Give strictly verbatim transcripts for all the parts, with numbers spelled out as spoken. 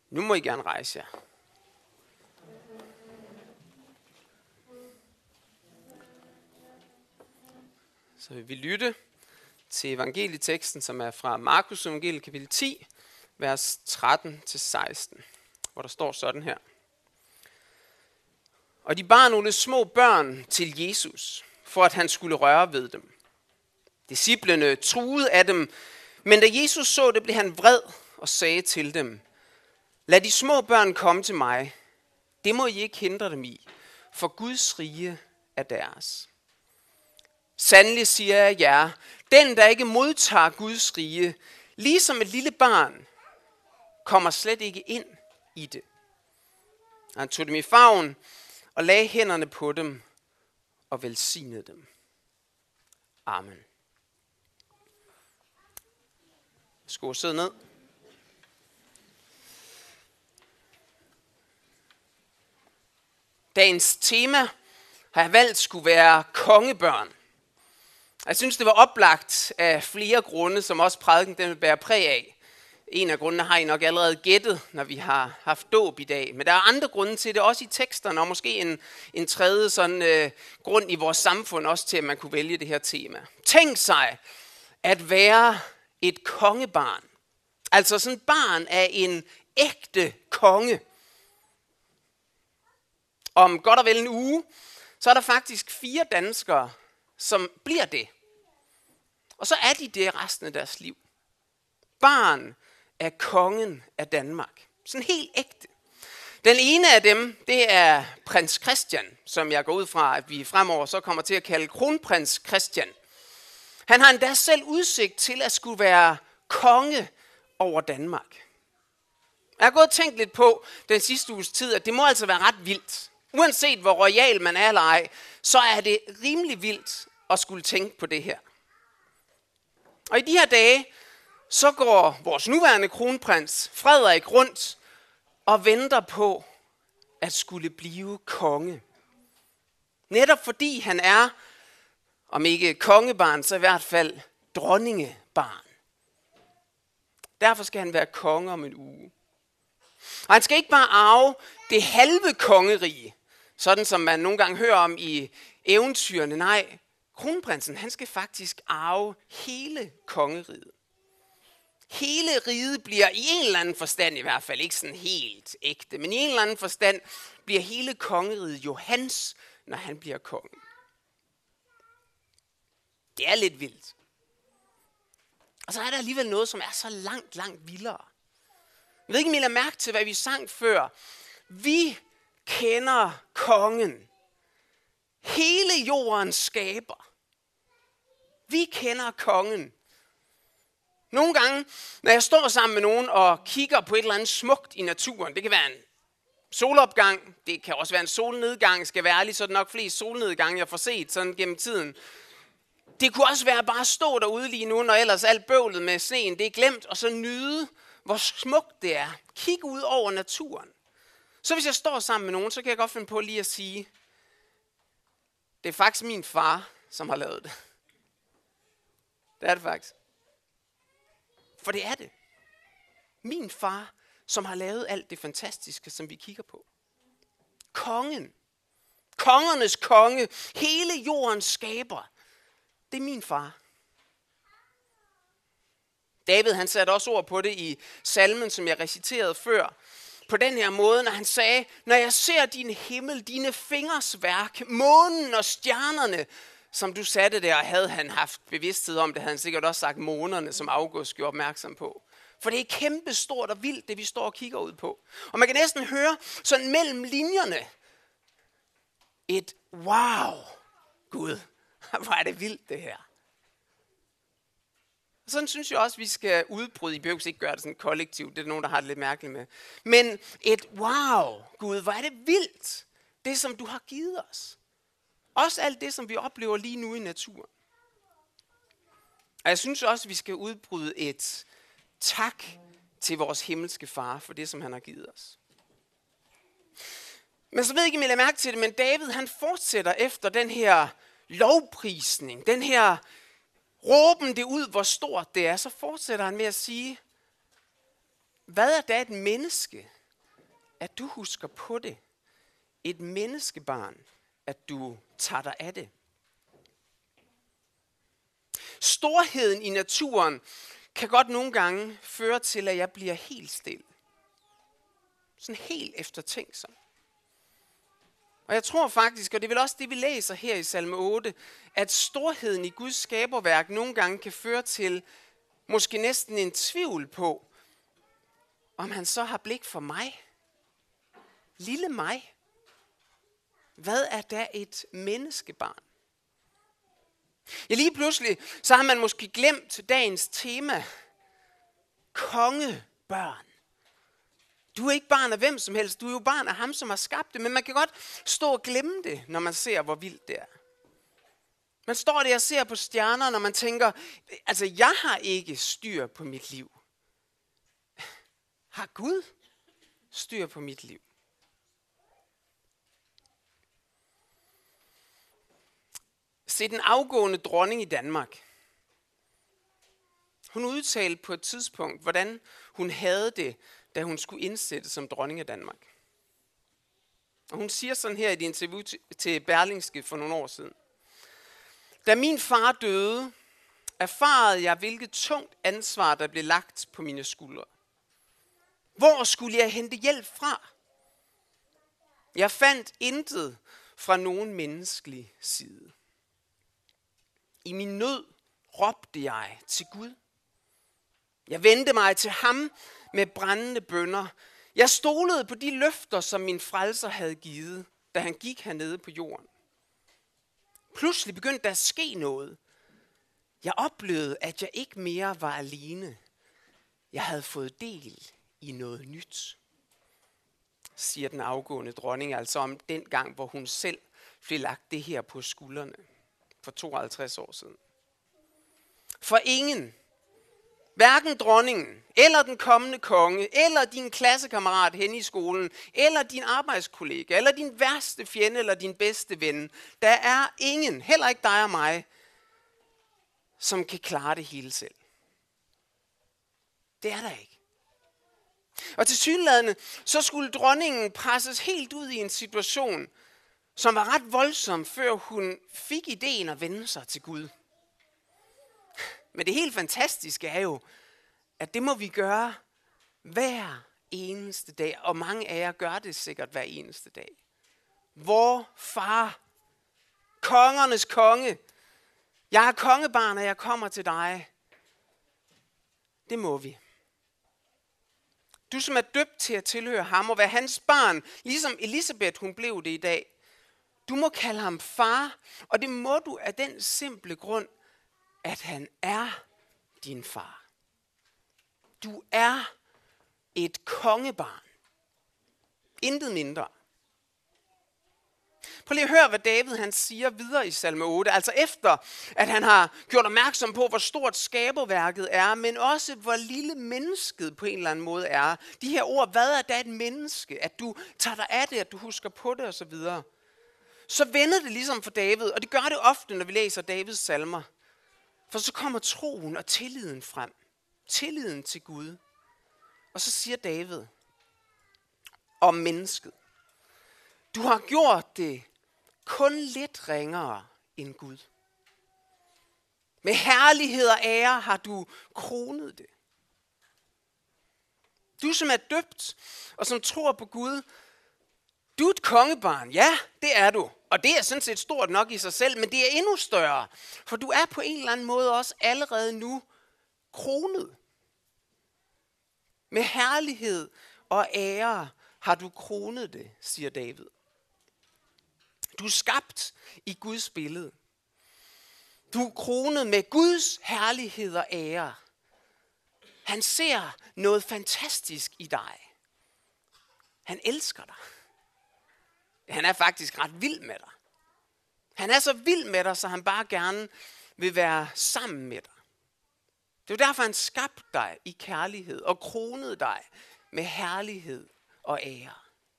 Nu må I gerne rejse jer. Så vil vi lytte til evangelieteksten, som er fra Markus evangeliet kapitel ti, vers tretten til seksten, hvor der står sådan her. Og de bar nogle små børn til Jesus, for at han skulle røre ved dem. Disciplene truede af dem, men da Jesus så det, blev han vred og sagde til dem, lad de små børn komme til mig. Det må I ikke hindre dem i, for Guds rige er deres. Sandelig siger jeg jer, den der ikke modtager Guds rige, ligesom et lille barn, kommer slet ikke ind i det. Og han tog dem i favn og lagde hænderne på dem og velsignede dem. Amen. Skål, sidde ned. Dagens tema har jeg valgt skulle være kongebørn. Jeg synes, det var oplagt af flere grunde, som også prædiken den vil bære præg af. En af grundene har I nok allerede gættet, når vi har haft dåb i dag. Men der er andre grunde til det, også i teksterne, og måske en, en tredje sådan, øh, grund i vores samfund også til, at man kunne vælge det her tema. Tænk sig at være et kongebarn. Altså sådan et barn af en ægte konge. Om godt og vel en uge, så er der faktisk fire danskere, som bliver det. Og så er de det resten af deres liv. Barn af kongen af Danmark. Sådan helt ægte. Den ene af dem, det er prins Christian, som jeg går ud fra, at vi fremover så kommer til at kalde kronprins Christian. Han har endda selv udsigt til at skulle være konge over Danmark. Jeg har gået og tænkt lidt på den sidste uges tid, at det må altså være ret vildt. Uanset hvor royal man er eller ej, så er det rimelig vildt at skulle tænke på det her. Og i de her dage, så går vores nuværende kronprins Frederik rundt og venter på at skulle blive konge. Netop fordi han er, om ikke kongebarn, så i hvert fald dronningebarn. Derfor skal han være konge om en uge. Og han skal ikke bare arve det halve kongerige, sådan som man nogle gange hører om i eventyrene. Nej, kronprinsen, han skal faktisk arve hele kongeriget. Hele riget bliver i en eller anden forstand, i hvert fald ikke sådan helt ægte, men i en eller anden forstand bliver hele kongeriget jo hans, når han bliver konge. Det er lidt vildt. Og så er der alligevel noget, som er så langt, langt vildere. Jeg ved ikke, om I lader mærke til, hvad vi sang før. Vi kender kongen. Hele jordens skaber. Vi kender kongen. Nogle gange, når jeg står sammen med nogen og kigger på et eller andet smukt i naturen, det kan være en solopgang, det kan også være en solnedgang, skal være ærlig, så er det nok flest solnedgange, jeg får set sådan gennem tiden. Det kunne også være bare at stå derude lige nu, når ellers alt bøvlet med sneen, det er glemt, og så nyde, hvor smukt det er. Kig ud over naturen. Så hvis jeg står sammen med nogen, så kan jeg godt finde på lige at sige, det er faktisk min far, som har lavet det. Det er det faktisk. For det er det. Min far, som har lavet alt det fantastiske, som vi kigger på. Kongen. Kongernes konge. Hele jordens skaber. Det er min far. David, han satte også ord på det i salmen, som jeg reciterede før. På den her måde, når han sagde, når jeg ser din himmel, dine fingers værk, månen og stjernerne, som du satte der, havde han haft bevidsthed om, det havde han sikkert også sagt månerne, som August gjorde opmærksom på. For det er kæmpe stort og vildt, det vi står og kigger ud på. Og man kan næsten høre sådan mellem linjerne et wow, Gud, hvor er det vildt det her. Og sådan synes jeg også, vi skal udbryde. I behøver ikke gøre det sådan kollektivt, det er nogen, der har det lidt mærkeligt med. Men et wow, Gud, hvor er det vildt, det som du har givet os. Også alt det, som vi oplever lige nu i naturen. Og jeg synes også, vi skal udbryde et tak til vores himmelske far for det, som han har givet os. Men så ved jeg ikke, om jeg lader mærke til det, men David, han fortsætter efter den her lovprisning, den her råben det ud, hvor stort det er, så fortsætter han med at sige, hvad er da et menneske, at du husker på det. Et menneskebarn, at du tager dig af det. Storheden i naturen kan godt nogle gange føre til, at jeg bliver helt stille. Sådan helt eftertænksom. Og jeg tror faktisk, og det er vel også det, vi læser her i salme otte, at storheden i Guds skaberværk nogle gange kan føre til måske næsten en tvivl på, om han så har blik for mig. Lille mig. Hvad er da et menneskebarn? Ja, lige pludselig, så har man måske glemt dagens tema. Kongebørn. Du er ikke barn af hvem som helst, du er jo barn af ham, som har skabt det, men man kan godt stå og glemme det, når man ser, hvor vildt det er. Man står der og ser på stjerner, når man tænker, altså jeg har ikke styr på mit liv. Har Gud styr på mit liv? Se, den afgående dronning i Danmark. Hun udtalte på et tidspunkt, hvordan hun havde det, da hun skulle indsættes som dronning af Danmark. Og hun siger sådan her i et interview til Berlingske for nogle år siden. Da min far døde, erfarede jeg, hvilket tungt ansvar, der blev lagt på mine skuldre. Hvor skulle jeg hente hjælp fra? Jeg fandt intet fra nogen menneskelig side. I min nød råbte jeg til Gud. Jeg vendte mig til ham med brændende bønner. Jeg stolede på de løfter, som min frelser havde givet, da han gik hernede på jorden. Pludselig begyndte der at ske noget. Jeg oplevede, at jeg ikke mere var alene. Jeg havde fået del i noget nyt, siger den afgående dronning, altså om den gang, hvor hun selv blev lagt det her på skuldrene for tooghalvtreds år siden. For ingen, hverken dronningen, eller den kommende konge, eller din klassekammerat hen i skolen, eller din arbejdskollega, eller din værste fjende, eller din bedste ven, der er ingen, heller ikke dig og mig, som kan klare det hele selv. Det er der ikke. Og tilsyneladende, så skulle dronningen presses helt ud i en situation, som var ret voldsom, før hun fik ideen at vende sig til Gud. Men det helt fantastiske er jo, at det må vi gøre hver eneste dag, og mange af jer gør det sikkert hver eneste dag. Vor far, kongernes konge, jeg er kongebarn, og jeg kommer til dig. Det må vi. Du som er døbt til at tilhøre ham og være hans barn, ligesom Elisabeth hun blev det i dag. Du må kalde ham far, og det må du af den simple grund, at han er din far. Du er et kongebarn. Intet mindre. Prøv lige at høre, hvad David han siger videre i salme otte. Altså efter, at han har gjort opmærksom på, hvor stort skaberværket er, men også hvor lille mennesket på en eller anden måde er. De her ord, hvad er da et menneske? At du tager dig af det, at du husker på det osv. Så vender det ligesom for David, og det gør det ofte, når vi læser Davids salmer. For så kommer troen og tilliden frem. Tilliden til Gud. Og så siger David om mennesket. Du har gjort det kun lidt ringere end Gud. Med herlighed og ære har du kronet det. Du som er døbt og som tror på Gud, du er et kongebarn. Ja, det er du. Og det er sådan set stort nok i sig selv, men det er endnu større. For du er på en eller anden måde også allerede nu kronet. Med herlighed og ære har du kronet det, siger David. Du er skabt i Guds billede. Du er kronet med Guds herlighed og ære. Han ser noget fantastisk i dig. Han elsker dig. Han er faktisk ret vild med dig. Han er så vild med dig, så han bare gerne vil være sammen med dig. Det er derfor, han skabte dig i kærlighed og kronede dig med herlighed og ære.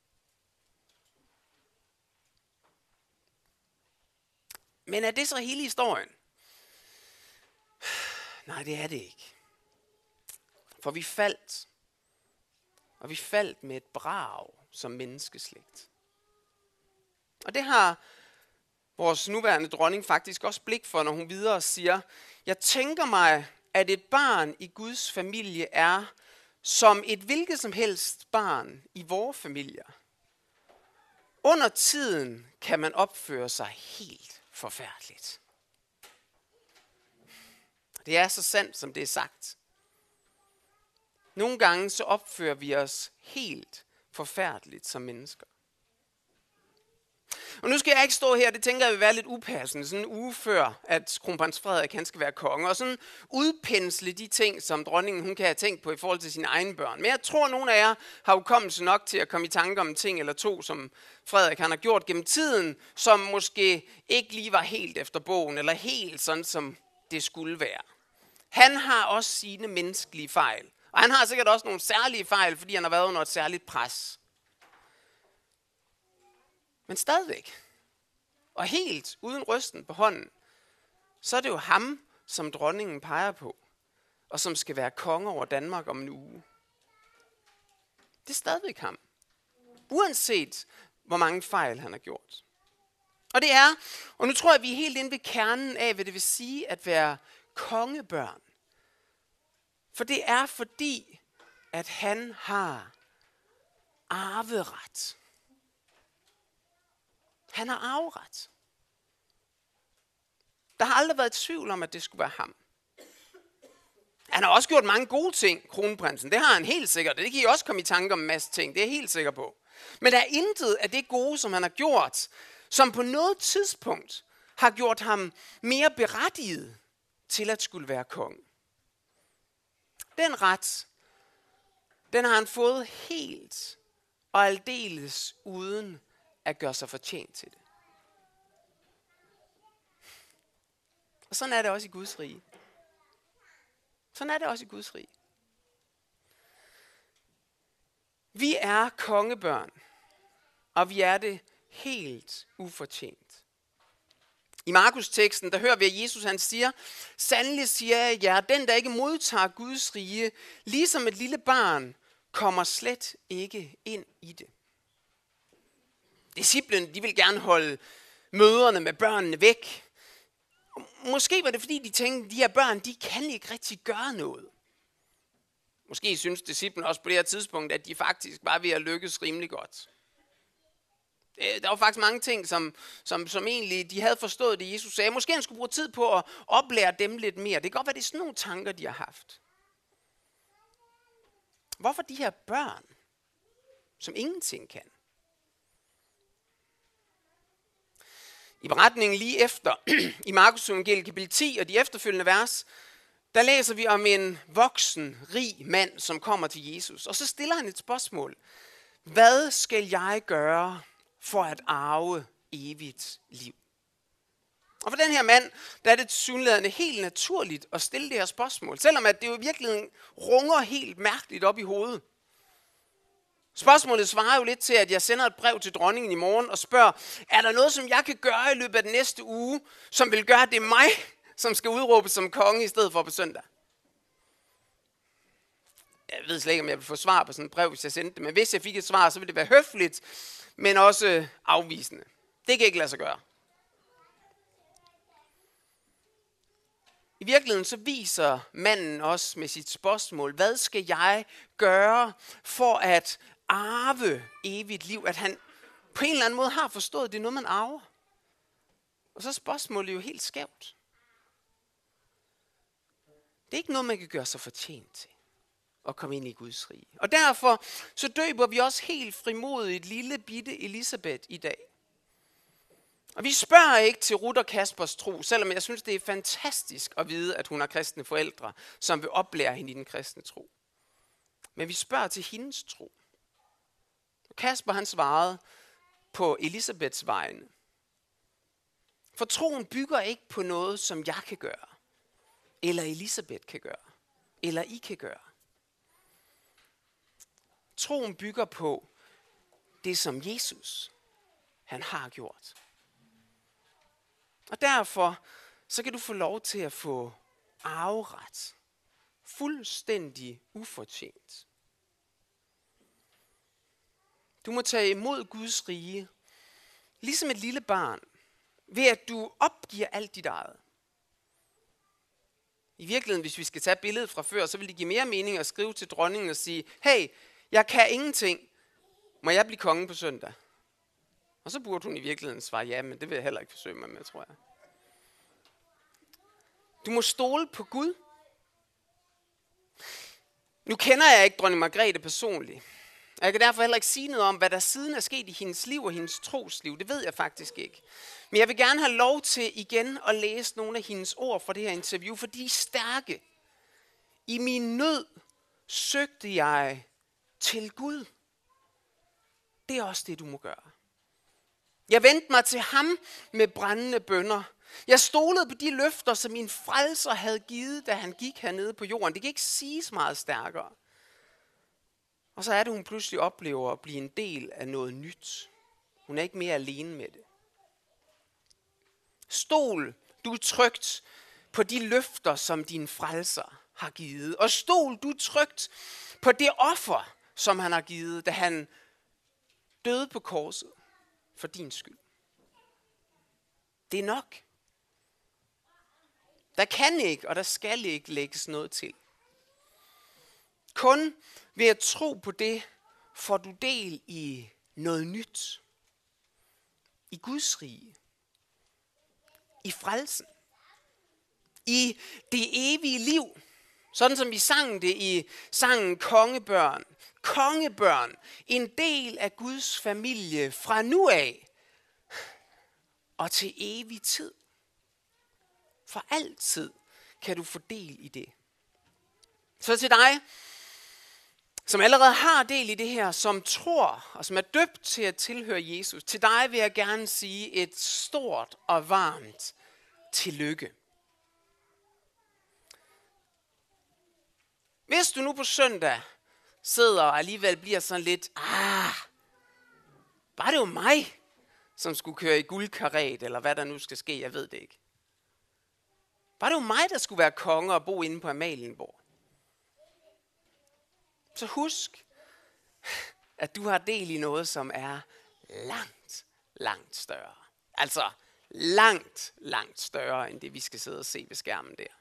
Men er det så hele historien? Nej, det er det ikke. For vi faldt. Og vi faldt med et brag som menneskeslægt. Og det har vores nuværende dronning faktisk også blik for, når hun videre siger, jeg tænker mig, at et barn i Guds familie er som et hvilket som helst barn i vores familier. Under tiden kan man opføre sig helt forfærdeligt. Det er så sandt, som det er sagt. Nogle gange så opfører vi os helt forfærdeligt som mennesker. Og nu skal jeg ikke stå her, det tænker jeg vil være lidt upassende, sådan en uge før, at kronprins Frederik han skal være konge, og sådan udpensle de ting, som dronningen hun kan have tænkt på i forhold til sine egne børn. Men jeg tror, at nogle af jer har hukommelse nok til at komme i tanke om en ting eller to, som Frederik han har gjort gennem tiden, som måske ikke lige var helt efter bogen, eller helt sådan, som det skulle være. Han har også sine menneskelige fejl, og han har sikkert også nogle særlige fejl, fordi han har været under et særligt pres. Men stadigvæk, og helt uden rysten på hånden, så er det jo ham, som dronningen peger på, og som skal være konge over Danmark om en uge. Det er stadigvæk ham, uanset hvor mange fejl han har gjort. Og det er, og nu tror jeg, at vi er helt inde ved kernen af, hvad det vil sige at være kongebørn. For det er fordi, at han har arveret. Han har arveret. Der har aldrig været tvivl om, at det skulle være ham. Han har også gjort mange gode ting, kronprinsen. Det har han helt sikkert. Det kan I også komme i tanke om en masse ting. Det er jeg helt sikker på. Men der er intet af det gode, som han har gjort, som på noget tidspunkt har gjort ham mere berettiget til at skulle være konge. Den ret, den har han fået helt og aldeles uden at gøre sig fortjent til det. Og sådan er det også i Guds rige. Sådan er det også i Guds rige. Vi er kongebørn, og vi er det helt ufortjent. I Markus-teksten, der hører vi, at Jesus han siger, sandelig siger jeg jer, den der ikke modtager Guds rige, ligesom et lille barn, kommer slet ikke ind i det. Disciplene, de vil gerne holde møderne med børnene væk. Måske var det fordi, de tænkte, at de her børn, de kan ikke rigtig gøre noget. Måske synes disciplene også på det her tidspunkt, at de faktisk var ved at lykkes rimelig godt. Der var faktisk mange ting, som, som, som egentlig de havde forstået det, Jesus sagde. Måske han skulle bruge tid på at oplære dem lidt mere. Det kan godt være, det er sådan nogle tanker, de har haft. Hvorfor de her børn, som ingenting kan? I beretningen lige efter, i Markus evangeliet kapitel ti og de efterfølgende vers, der læser vi om en voksen, rig mand, som kommer til Jesus. Og så stiller han et spørgsmål. Hvad skal jeg gøre for at arve evigt liv? Og for den her mand, der er det tilsyneladende helt naturligt at stille det her spørgsmål. Selvom at det jo i virkeligheden runger helt mærkeligt op i hovedet. Spørgsmålet svarer jo lidt til, at jeg sender et brev til dronningen i morgen og spørger, er der noget, som jeg kan gøre i løbet af den næste uge, som vil gøre, at det er mig, som skal udråbes som konge i stedet for på søndag? Jeg ved slet ikke, om jeg vil få svar på sådan et brev, hvis jeg sendte det, men hvis jeg fik et svar, så ville det være høfligt, men også afvisende. Det kan ikke lade sig gøre. I virkeligheden så viser manden også med sit spørgsmål, hvad skal jeg gøre for at arve evigt liv? At han på en eller anden måde har forstået, at det er noget, man arver. Og så er spørgsmålet jo helt skævt. Det er ikke noget, man kan gøre sig fortjent til at komme ind i Guds rige. Og derfor så døber vi også helt frimodigt lille bitte Elisabeth i dag. Og vi spørger ikke til Ruth og Kaspers tro, selvom jeg synes, det er fantastisk at vide, at hun har kristne forældre, som vil oplære hende i den kristne tro. Men vi spørger til hendes tro. Og Kasper han svarede på Elisabeths vegne. For troen bygger ikke på noget, som jeg kan gøre, eller Elisabeth kan gøre, eller I kan gøre. Troen bygger på det, som Jesus han har gjort. Og derfor så kan du få lov til at få arveret. Fuldstændig ufortjent. Du må tage imod Guds rige, ligesom et lille barn, ved at du opgiver alt dit eget. I virkeligheden, hvis vi skal tage billedet fra før, så vil det give mere mening at skrive til dronningen og sige, hey, jeg kan ingenting, må jeg blive konge på søndag? Og så burde hun i virkeligheden svare, ja, men det vil jeg heller ikke forsøge mig med, tror jeg. Du må stole på Gud. Nu kender jeg ikke dronning Margrethe personligt. Og jeg kan derfor heller ikke sige noget om, hvad der siden er sket i hendes liv og hendes trosliv. Det ved jeg faktisk ikke. Men jeg vil gerne have lov til igen at læse nogle af hendes ord fra det her interview, for de er stærke. I min nød søgte jeg til Gud. Det er også det, du må gøre. Jeg vendte mig til ham med brændende bønner. Jeg stolede på de løfter, som min frelser havde givet, da han gik hernede på jorden. Det kan ikke siges meget stærkere. Og så er det, hun pludselig oplever at blive en del af noget nyt. Hun er ikke mere alene med det. Stol, du er trygt på de løfter, som din frelser har givet. Og stol, du er trygt på det offer, som han har givet, da han døde på korset for din skyld. Det er nok. Der kan ikke, og der skal ikke lægges noget til. Kun ved at tro på det, får du del i noget nyt. I Guds rige. I frelsen. I det evige liv. Sådan som vi sang det i sangen Kongebørn. Kongebørn. En del af Guds familie fra nu af. Og til evig tid. For altid kan du få del i det. Så til dig, som allerede har del i det her, som tror og som er døbt til at tilhøre Jesus, til dig vil jeg gerne sige et stort og varmt tillykke. Hvis du nu på søndag sidder og alligevel bliver sådan lidt, ah, var det jo mig, som skulle køre i guldkaret, eller hvad der nu skal ske, jeg ved det ikke. Var det jo mig, der skulle være konge og bo inde på Amalienborg? Så husk, at du har del i noget, som er langt, langt større. Altså langt, langt større, end det vi skal sidde og se ved skærmen der.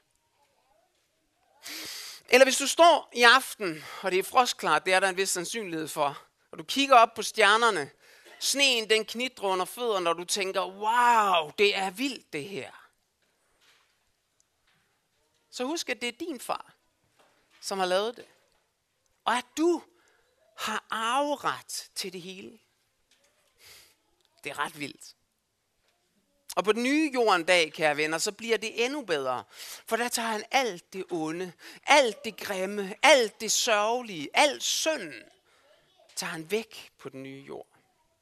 Eller hvis du står i aften, og det er frostklart, det er der en vis sandsynlighed for, og du kigger op på stjernerne, sneen den knitrer under fødderne, og du tænker, wow, det er vildt det her. Så husk, at det er din far, som har lavet det. Og at du har arveret til det hele. Det er ret vildt. Og på den nye jordendag, kære venner, så bliver det endnu bedre. For der tager han alt det onde, alt det grimme, alt det sørgelige, alt synden, tager han væk på den nye jord.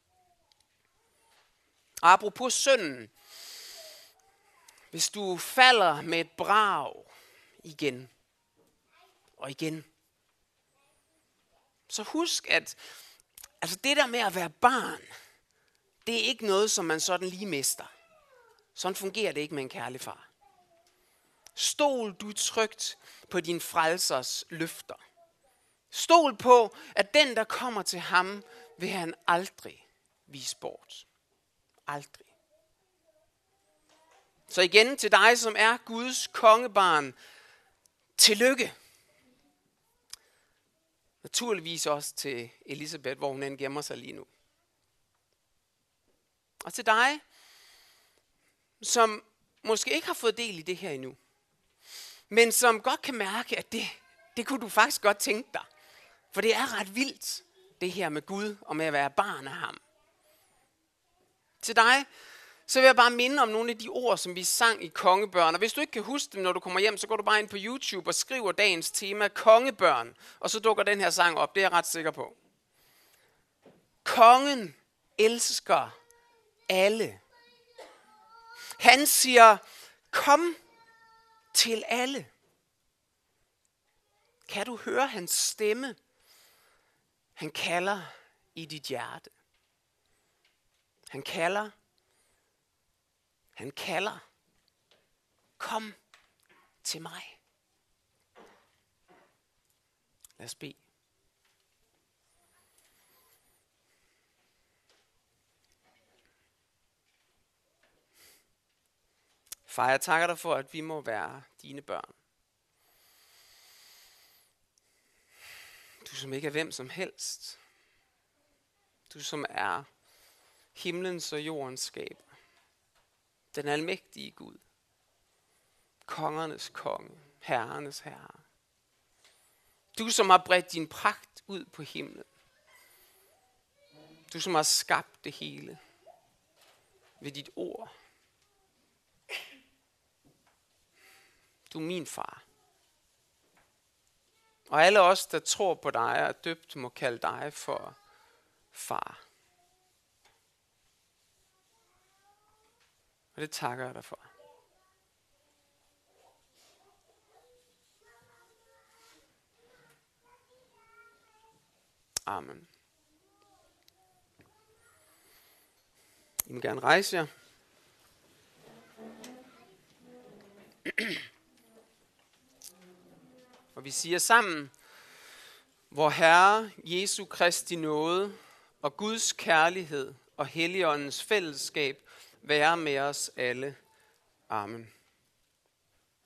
Og apropos synden, hvis du falder med et brag igen og igen, så husk, at altså det der med at være barn, det er ikke noget, som man sådan lige mister. Sådan fungerer det ikke med en kærlig far. Stol du trygt på din frelsers løfter. Stol på, at den, der kommer til ham, vil han aldrig vise bort. Aldrig. Så igen til dig, som er Guds kongebarn, tillykke. Naturligvis også til Elisabeth, hvor hun end gemmer sig lige nu. Og til dig, som måske ikke har fået del i det her endnu, men som godt kan mærke, at det, det kunne du faktisk godt tænke dig. For det er ret vildt, det her med Gud og med at være barn af ham. Til dig, så vil jeg bare minde om nogle af de ord, som vi sang i Kongebørn. Og hvis du ikke kan huske dem, når du kommer hjem, så går du bare ind på YouTube og skriver dagens tema Kongebørn. Og så dukker den her sang op, det er jeg ret sikker på. Kongen elsker alle. Han siger, kom til alle. Kan du høre hans stemme? Han kalder i dit hjerte. Han kalder. Han kalder. Kom til mig. Lad os bede. Far, jeg takker dig for, at vi må være dine børn. Du som ikke er hvem som helst. Du som er himlens og jordens skaber. Den almægtige Gud. Kongernes konge. Herrenes herre. Du som har bredt din pragt ud på himlen. Du som har skabt det hele ved dit ord. Du er min far. Og alle os, der tror på dig og er døbt, må kalde dig for far. Og det takker jeg dig for. Amen. I må gerne rejse jer. Og vi siger sammen, vor Herre Jesu Kristi nåde og Guds kærlighed og Helligåndens fællesskab være med os alle. Amen.